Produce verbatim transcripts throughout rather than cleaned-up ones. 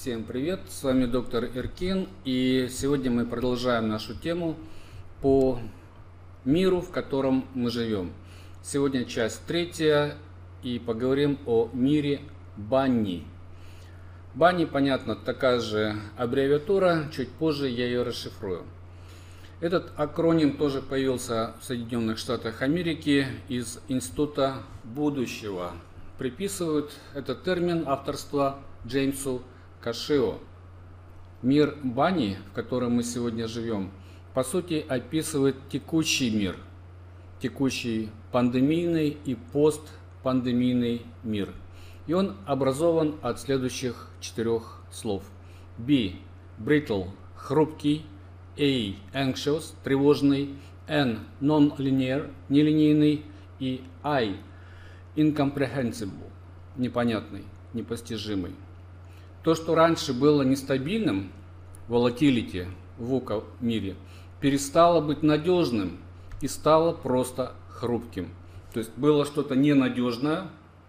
Всем привет, с вами доктор Иркин, и сегодня мы продолжаем нашу тему по миру, в котором мы живем. Сегодня часть третья, и поговорим о мире Банни. Банни, понятно, такая же аббревиатура, чуть позже я ее расшифрую. Этот акроним тоже появился в Соединенных Штатах Америки из Института будущего. Приписывают этот термин авторства Джеймсу Кашио. Мир Банни, в котором мы сегодня живем, по сути описывает текущий мир, текущий пандемийный и постпандемийный мир. И он образован от следующих четырех слов. B – brittle, хрупкий, A – anxious, тревожный, N – non-linear, нелинейный и I – incomprehensible, непонятный, непостижимый. То, что раньше было нестабильным, volatility в вука мире, перестало быть надежным и стало просто хрупким. То есть было что-то ненадежное,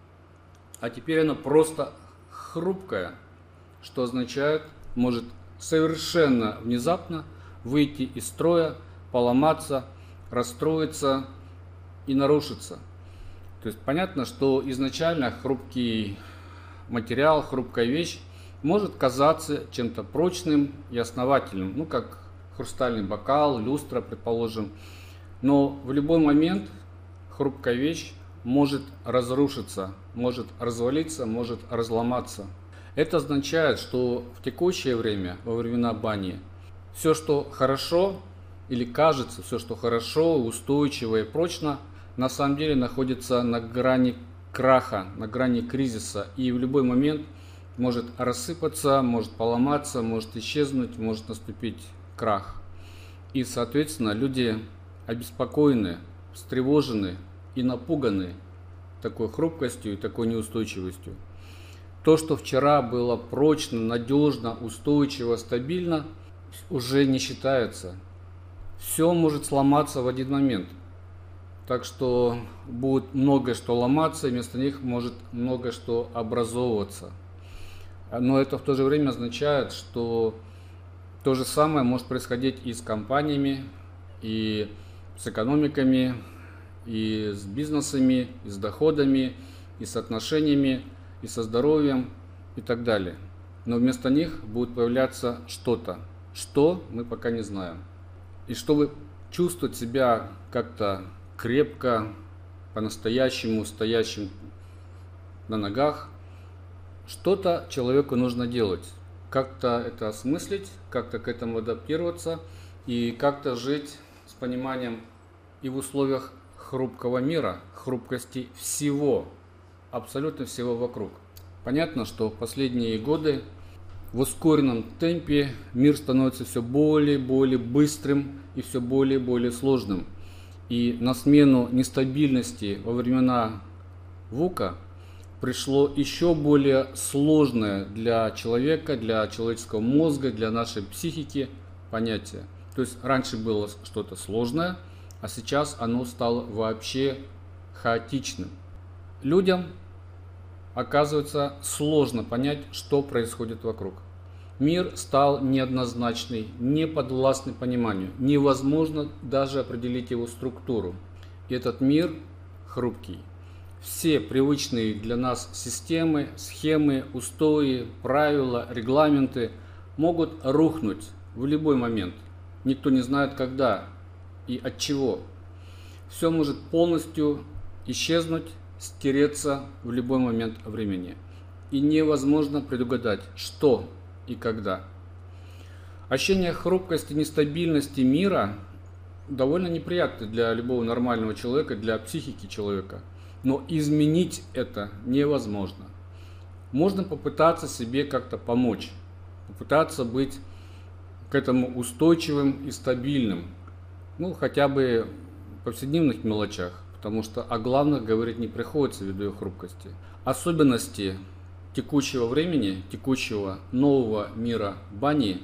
а теперь оно просто хрупкое, что означает, может совершенно внезапно выйти из строя, поломаться, расстроиться и нарушиться. То есть понятно, что изначально хрупкий материал, хрупкая вещь может казаться чем-то прочным и основательным, ну как хрустальный бокал, люстра, предположим. Но в любой момент хрупкая вещь может разрушиться, может развалиться, может разломаться. Это означает, что в текущее время, во времена Банни, все, что хорошо или кажется, все, что хорошо, устойчиво и прочно, на самом деле находится на грани краха, на грани кризиса, и в любой момент может рассыпаться, может поломаться, может исчезнуть, может наступить крах. И, соответственно, люди обеспокоены, встревожены и напуганы такой хрупкостью и такой неустойчивостью. То, что вчера было прочно, надежно, устойчиво, стабильно, уже не считается. Все может сломаться в один момент. Так что будет много что ломаться, и вместо них может много что образовываться. Но это в то же время означает, что то же самое может происходить и с компаниями, и с экономиками, и с бизнесами, и с доходами, и с отношениями, и со здоровьем, и так далее. Но вместо них будет появляться что-то, что мы пока не знаем. И чтобы чувствовать себя как-то крепко, по-настоящему стоящим на ногах, что-то человеку нужно делать. Как-то это осмыслить, как-то к этому адаптироваться и как-то жить с пониманием и в условиях хрупкого мира, хрупкости всего, абсолютно всего вокруг. Понятно, что в последние годы в ускоренном темпе мир становится все более и более быстрым и все более и более сложным. И на смену нестабильности во времена вука пришло еще более сложное для человека, для человеческого мозга, для нашей психики понятие. То есть раньше было что-то сложное, а сейчас оно стало вообще хаотичным. Людям, оказывается, сложно понять, что происходит вокруг. Мир стал неоднозначный, неподвластный пониманию. Невозможно даже определить его структуру. И этот мир хрупкий. Все привычные для нас системы, схемы, устои, правила, регламенты могут рухнуть в любой момент. Никто не знает когда и от чего. Все может полностью исчезнуть, стереться в любой момент времени. И невозможно предугадать, что и когда. Ощущение хрупкости, нестабильности мира довольно неприятно для любого нормального человека, для психики человека. Но изменить это невозможно. Можно попытаться себе как-то помочь, попытаться быть к этому устойчивым и стабильным. Ну, хотя бы в повседневных мелочах, потому что о главных говорить не приходится ввиду ее хрупкости. Особенности текущего времени, текущего нового мира Банни,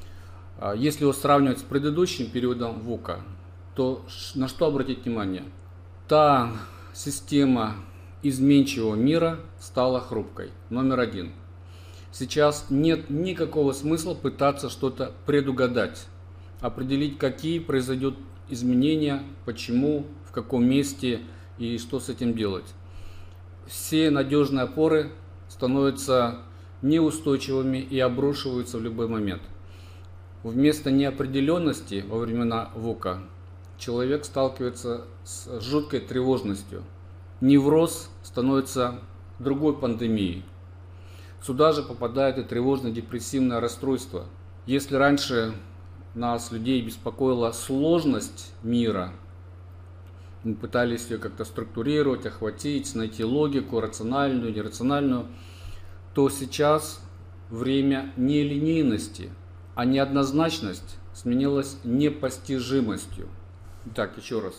если его сравнивать с предыдущим периодом вука, то на что обратить внимание? Та система изменчивого мира стала хрупкой. Номер один. Сейчас нет никакого смысла пытаться что-то предугадать, определить, какие произойдут изменения, почему, в каком месте и что с этим делать. Все надежные опоры становятся неустойчивыми и обрушиваются в любой момент. Вместо неопределенности во времена ВУКа человек сталкивается с жуткой тревожностью. Невроз становится другой пандемией. Сюда же попадает и тревожно-депрессивное расстройство. Если раньше нас, людей, беспокоила сложность мира, мы пытались ее как-то структурировать, охватить, найти логику, рациональную, нерациональную, то сейчас время нелинейности, а неоднозначность сменилась непостижимостью. Итак, еще раз.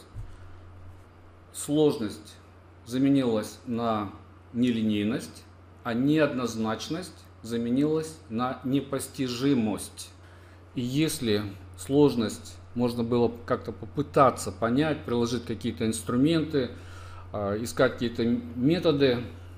Сложность заменилась на нелинейность, а неоднозначность заменилась на непостижимость. И если сложность можно было как-то попытаться понять, приложить какие-то инструменты, искать какие-то методы,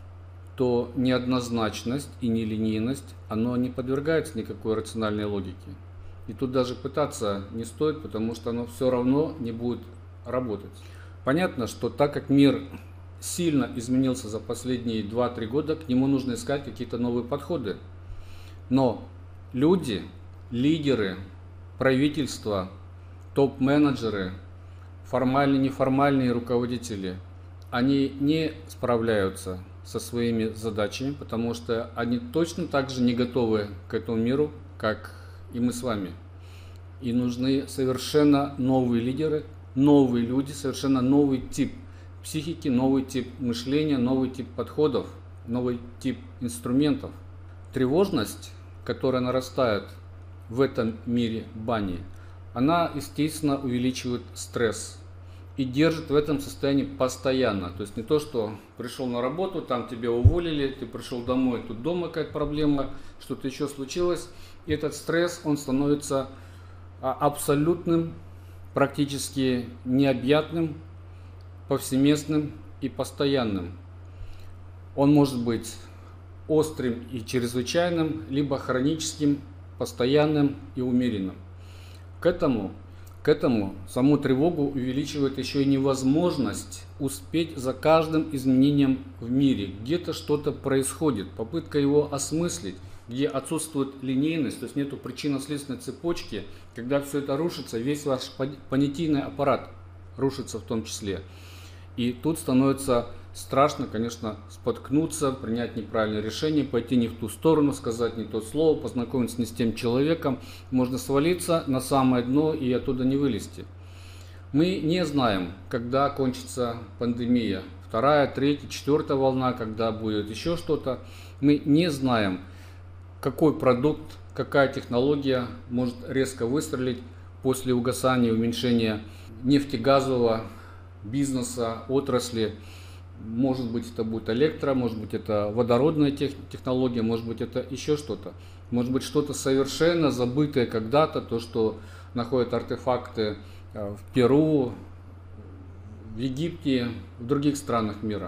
то неоднозначность и нелинейность, оно не подвергается никакой рациональной логике. И тут даже пытаться не стоит, потому что оно все равно не будет работать. Понятно, что так как мир сильно изменился за последние два-три года, к нему нужно искать какие-то новые подходы. Но люди, лидеры, правительства, топ-менеджеры, формальные, неформальные руководители, они не справляются со своими задачами, потому что они точно так же не готовы к этому миру, как и мы с вами. И нужны совершенно новые лидеры, новые люди, совершенно новый тип психики, новый тип мышления, новый тип подходов, новый тип инструментов. Тревожность, которая нарастает в этом мире бани, она, естественно, увеличивает стресс и держит в этом состоянии постоянно. То есть не то, что пришел на работу, там тебя уволили, ты пришел домой, тут дома какая-то проблема, что-то еще случилось. И этот стресс, он становится абсолютным, практически необъятным, повсеместным и постоянным. Он может быть острым и чрезвычайным, либо хроническим, постоянным и умеренным. К этому, к этому саму тревогу увеличивает еще и невозможность успеть за каждым изменением в мире. Где-то что-то происходит, попытка его осмыслить, где отсутствует линейность, то есть нету причинно-следственной цепочки. Когда все это рушится, весь ваш понятийный аппарат рушится в том числе. И тут становится страшно, конечно, споткнуться, принять неправильное решение, пойти не в ту сторону, сказать не то слово, познакомиться не с тем человеком. Можно свалиться на самое дно и оттуда не вылезти. Мы не знаем, когда кончится пандемия. Вторая, третья, четвертая волна, когда будет еще что-то. Мы не знаем, какой продукт, какая технология может резко выстрелить после угасания, уменьшения нефтегазового бизнеса, отрасли. Может быть, это будет электро, может быть, это водородная технология, может быть, это еще что-то. Может быть, что-то совершенно забытое когда-то, то, что находят артефакты в Перу, в Египте, в других странах мира.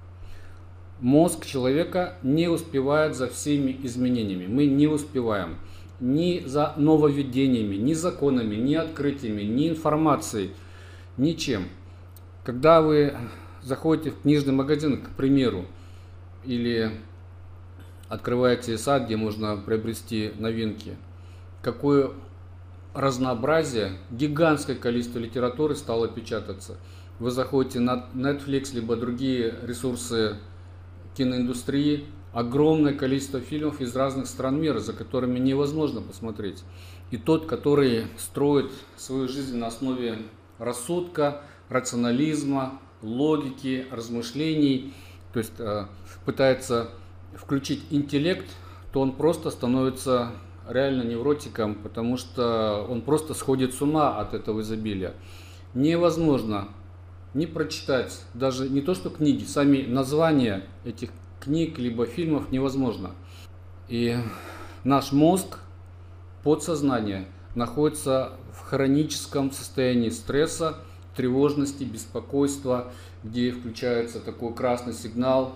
Мозг человека не успевает за всеми изменениями. Мы не успеваем ни за нововведениями, ни законами, ни открытиями, ни информацией, ничем. Когда вы заходите в книжный магазин, к примеру, или открываете сайт, где можно приобрести новинки, какое разнообразие, гигантское количество литературы стало печататься. Вы заходите на Netflix, либо другие ресурсы киноиндустрии, огромное количество фильмов из разных стран мира, за которыми невозможно посмотреть. И тот, который строит свою жизнь на основе рассудка, рационализма, логики, размышлений, то есть э, пытается включить интеллект, то он просто становится реально невротиком, потому что он просто сходит с ума от этого изобилия. Невозможно не прочитать, даже не то что книги, сами названия этих книг либо фильмов невозможно. И наш мозг, подсознание находится в хроническом состоянии стресса, тревожности, беспокойства, где включается такой красный сигнал,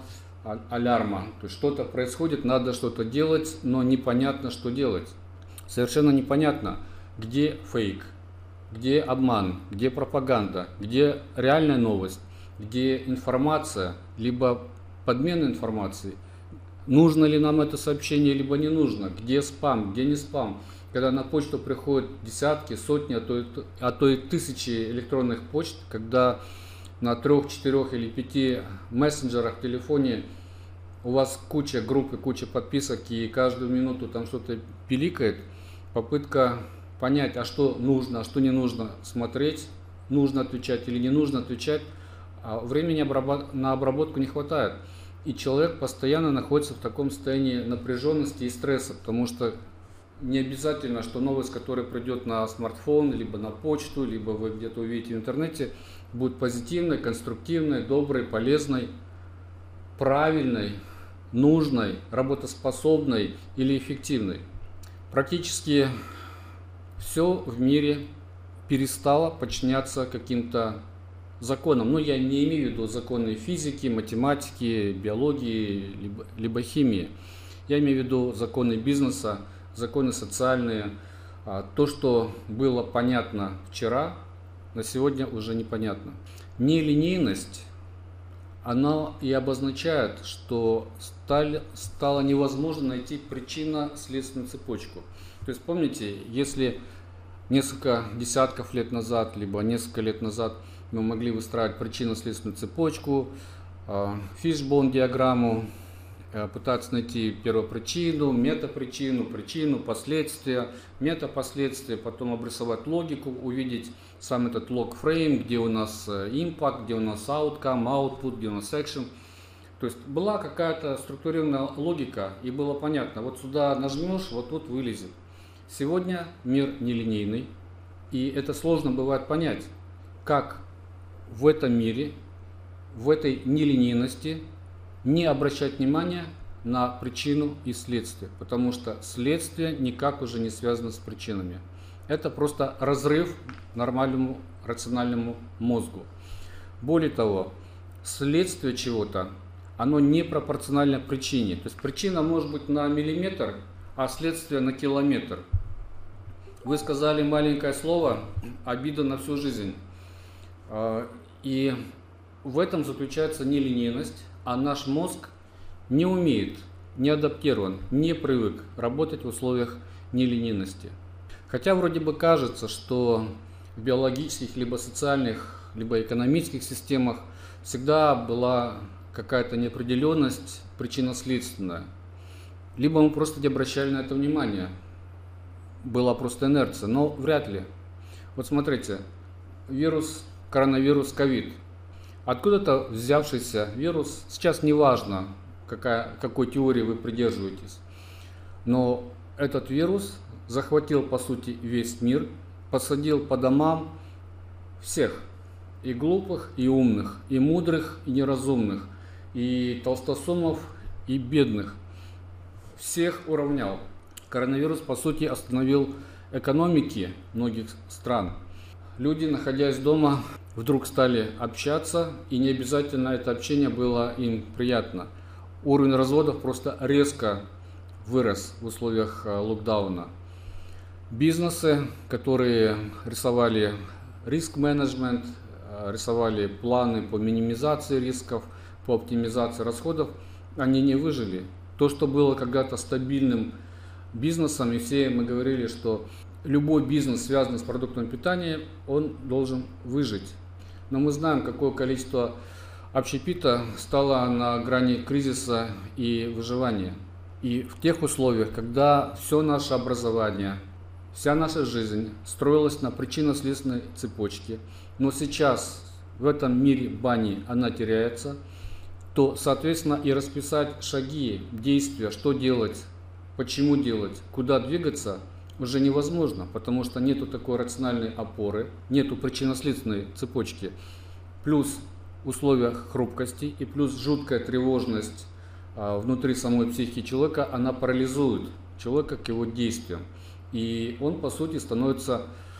алярма. То есть что-то происходит, надо что-то делать, но непонятно, что делать. Совершенно непонятно, где фейк, где обман, где пропаганда, где реальная новость, где информация, либо подмена информации. Нужно ли нам это сообщение, либо не нужно, где спам, где не спам. Когда на почту приходят десятки, сотни, а то и, а то и тысячи электронных почт, когда на трех, четырех или пяти мессенджерах в телефоне у вас куча групп и куча подписок, и каждую минуту там что-то пиликает, попытка понять, а что нужно, а что не нужно смотреть, нужно отвечать или не нужно отвечать, а времени на обработку не хватает. И человек постоянно находится в таком состоянии напряженности и стресса, потому что не обязательно, что новость, которая придет на смартфон, либо на почту, либо вы где-то увидите в интернете, будет позитивной, конструктивной, доброй, полезной, правильной, нужной, работоспособной или эффективной. Практически все в мире перестало подчиняться каким-то законам. Но я не имею в виду законы физики, математики, биологии, либо, либо химии. Я имею в виду законы бизнеса, законы социальные. То, что было понятно вчера, на сегодня уже непонятно. Нелинейность, она и обозначает, что стали, стало невозможно найти причинно-следственную цепочку. То есть помните, если несколько десятков лет назад, либо несколько лет назад мы могли выстраивать причинно-следственную цепочку, фишбоун-диаграмму, пытаться найти первопричину, метапричину, причину, последствия, метапоследствия, потом обрисовать логику, увидеть сам этот лог-фрейм, где у нас impact, где у нас outcome, output, где у нас action. То есть была какая-то структурированная логика, и было понятно, вот сюда нажмешь, вот тут вылезет. Сегодня мир нелинейный, и это сложно бывает понять, как в этом мире, в этой нелинейности не обращать внимания на причину и следствие, потому что следствие никак уже не связано с причинами. Это просто разрыв нормальному рациональному мозгу. Более того, следствие чего-то, оно не пропорционально причине. То есть причина может быть на миллиметр, а следствие на километр. Вы сказали маленькое слово, обида на всю жизнь. И в этом заключается нелинейность, а наш мозг не умеет, не адаптирован, не привык работать в условиях нелинейности. Хотя вроде бы кажется, что в биологических, либо социальных, либо экономических системах всегда была какая-то неопределенность причинно-следственная. Либо мы просто не обращали на это внимание. Была просто инерция, но вряд ли. Вот смотрите, вирус, коронавирус, ковид. Откуда-то взявшийся вирус, сейчас не важно, какая, какой теории вы придерживаетесь, но этот вирус захватил по сути весь мир, посадил по домам всех, и глупых, и умных, и мудрых, и неразумных, и толстосумов, и бедных. Всех уравнял. Коронавирус по сути остановил экономики многих стран. Люди, находясь дома, вдруг стали общаться, и не обязательно это общение было им приятно. Уровень разводов просто резко вырос в условиях локдауна. Бизнесы, которые рисовали риск-менеджмент, рисовали планы по минимизации рисков, по оптимизации расходов, они не выжили. То, что было когда-то стабильным бизнесом, и все мы говорили, что любой бизнес, связанный с продуктом питания, он должен выжить. Но мы знаем, какое количество общепита стало на грани кризиса и выживания. И в тех условиях, когда все наше образование, вся наша жизнь строилась на причинно-следственной цепочке, но сейчас в этом мире бани она теряется, то, соответственно, и расписать шаги, действия, что делать, почему делать, куда двигаться уже невозможно, потому что нету такой рациональной опоры, нету причинно-следственной цепочки, плюс условия хрупкости и плюс жуткая тревожность а, внутри самой психики человека, она парализует человека к его действиям. И он, по сути, становится,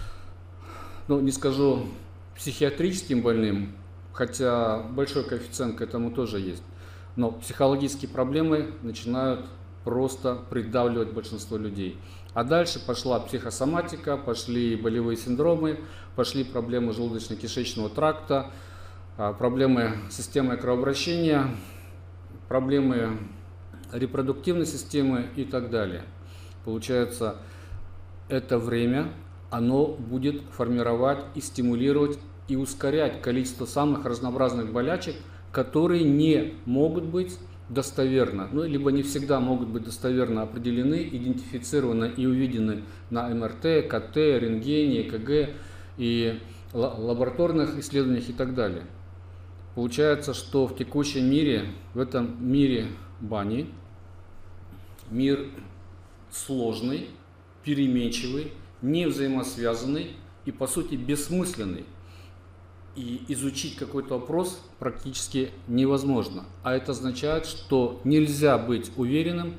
ну, не скажу психиатрическим больным, хотя большой коэффициент к этому тоже есть, Но психологические проблемы начинают просто придавливать большинство людей. А дальше пошла психосоматика, пошли болевые синдромы, пошли проблемы желудочно-кишечного тракта, проблемы системы кровообращения, проблемы репродуктивной системы и так далее. Получается, это время, оно будет формировать и стимулировать и ускорять количество самых разнообразных болячек, которые не могут быть достоверно, ну, либо не всегда могут быть достоверно определены, идентифицированы и увидены на эм эр тэ, ка тэ, рентгене, э ка гэ и лабораторных исследованиях и так далее. Получается, что в текущем мире, в этом мире бани, мир сложный, переменчивый, не взаимосвязанный и по сути бессмысленный. И изучить какой-то вопрос практически невозможно. А это означает, что нельзя быть уверенным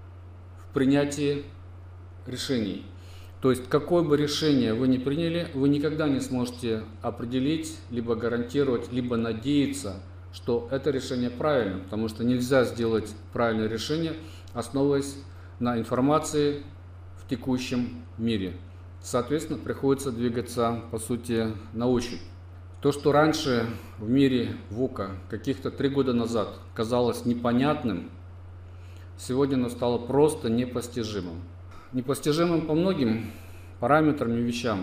в принятии решений. То есть, какое бы решение вы ни приняли, вы никогда не сможете определить, либо гарантировать, либо надеяться, что это решение правильно. Потому что нельзя сделать правильное решение, основываясь на информации в текущем мире. Соответственно, приходится двигаться, по сути, на ощупь. То, что раньше в мире ВУКа каких-то три года назад казалось непонятным, сегодня оно стало просто непостижимым. Непостижимым по многим параметрам и вещам.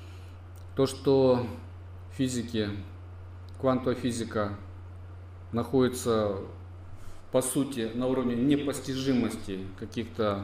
То, что в физике, квантовая физика находится по сути на уровне непостижимости каких-то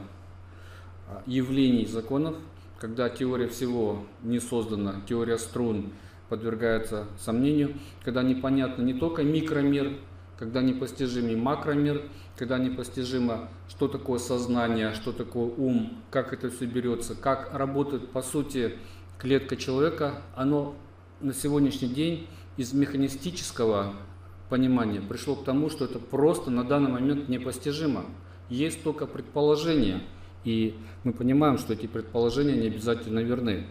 явлений, законов, когда теория всего не создана, теория струн подвергается сомнению, когда непонятно не только микромир, когда непостижим и макромир, когда непостижимо, что такое сознание, что такое ум, как это все берется, как работает по сути клетка человека, оно на сегодняшний день из механистического понимания пришло к тому, что это просто на данный момент непостижимо. Есть только предположения, и мы понимаем, что эти предположения не обязательно верны.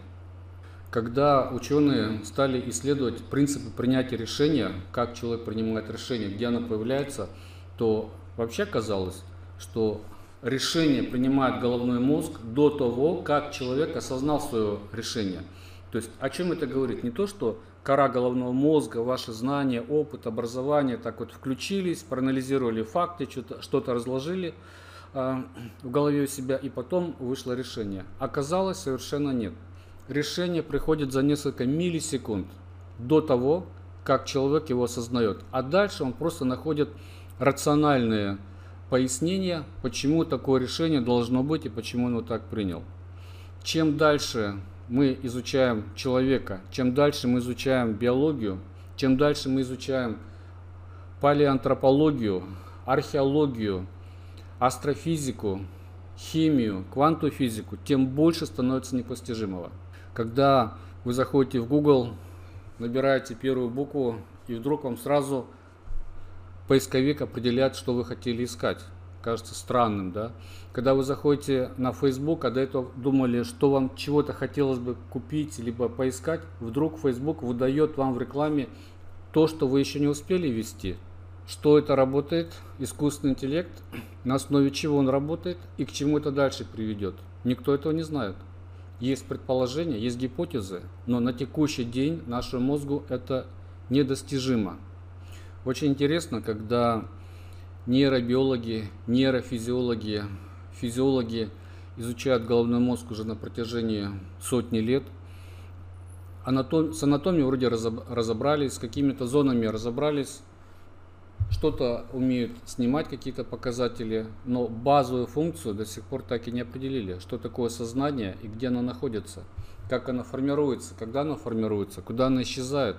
Когда ученые стали исследовать принципы принятия решения, как человек принимает решение, где оно появляется, то вообще казалось, что решение принимает головной мозг до того, как человек осознал свое решение. То есть о чем это говорит? Не то, что кора головного мозга, ваши знания, опыт, образование так вот включились, проанализировали факты, что-то, что-то разложили э, в голове у себя, и потом вышло решение. Оказалось, совершенно нет. Решение приходит за несколько миллисекунд до того, как человек его осознает. А дальше он просто находит рациональные пояснения, почему такое решение должно быть и почему он его так принял. Чем дальше мы изучаем человека, чем дальше мы изучаем биологию, чем дальше мы изучаем палеоантропологию, археологию, астрофизику, химию, квантовую физику, тем больше становится непостижимого. Когда вы заходите в Google, набираете первую букву, и вдруг вам сразу поисковик определяет, что вы хотели искать. Кажется странным, да? Когда вы заходите на Facebook, а до этого думали, что вам чего-то хотелось бы купить, либо поискать, вдруг Facebook выдает вам в рекламе то, что вы еще не успели ввести. Что это работает, искусственный интеллект, на основе чего он работает и к чему это дальше приведет. Никто этого не знает. Есть предположения, есть гипотезы, но на текущий день нашему мозгу это недостижимо. Очень интересно, когда нейробиологи, нейрофизиологи, физиологи изучают головной мозг уже на протяжении сотни лет. Анатом... С анатомией вроде разобрались, с какими-то зонами разобрались, что-то умеют снимать, какие-то показатели, но базовую функцию до сих пор так и не определили, что такое сознание и где оно находится, как оно формируется, когда оно формируется, куда оно исчезает.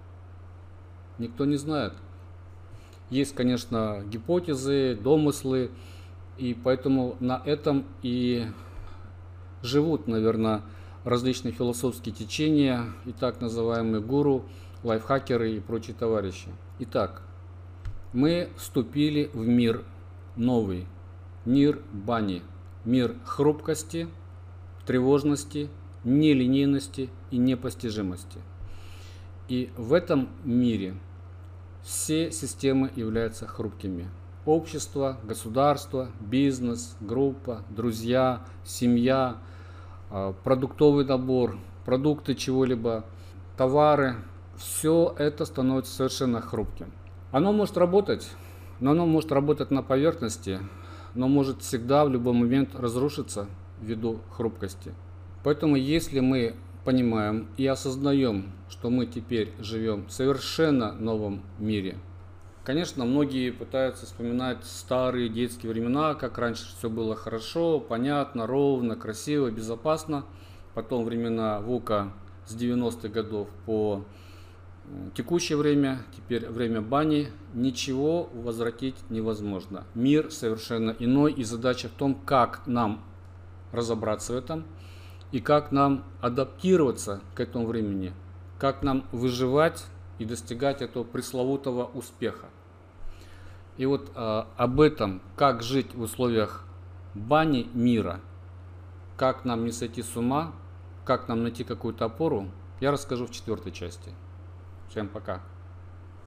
Никто не знает. Есть, конечно, гипотезы, домыслы, и поэтому на этом и живут, наверное, различные философские течения и так называемые гуру, лайфхакеры и прочие товарищи. Итак, мы вступили в мир новый, мир бани, мир хрупкости, тревожности, нелинейности и непостижимости. И в этом мире все системы являются хрупкими. общество, государство, бизнес, группа, друзья, семья, продуктовый набор, продукты чего-либо, товары. Все это становится совершенно хрупким. Оно может работать, но оно может работать на поверхности, но может всегда в любой момент разрушиться ввиду хрупкости. Поэтому если мы понимаем и осознаем, что мы теперь живем в совершенно новом мире. Конечно, многие пытаются вспоминать старые детские времена, как раньше все было хорошо, понятно, ровно, красиво, безопасно. Потом времена ВУКа с девяностых годов по текущее время, теперь время бани. Ничего возвратить невозможно. Мир совершенно иной, и задача в том, как нам разобраться в этом и как нам адаптироваться к этому времени, как нам выживать и достигать этого пресловутого успеха. И вот а, об этом, как жить в условиях бани мира, как нам не сойти с ума, как нам найти какую-то опору, я расскажу в четвертой части. Всем пока!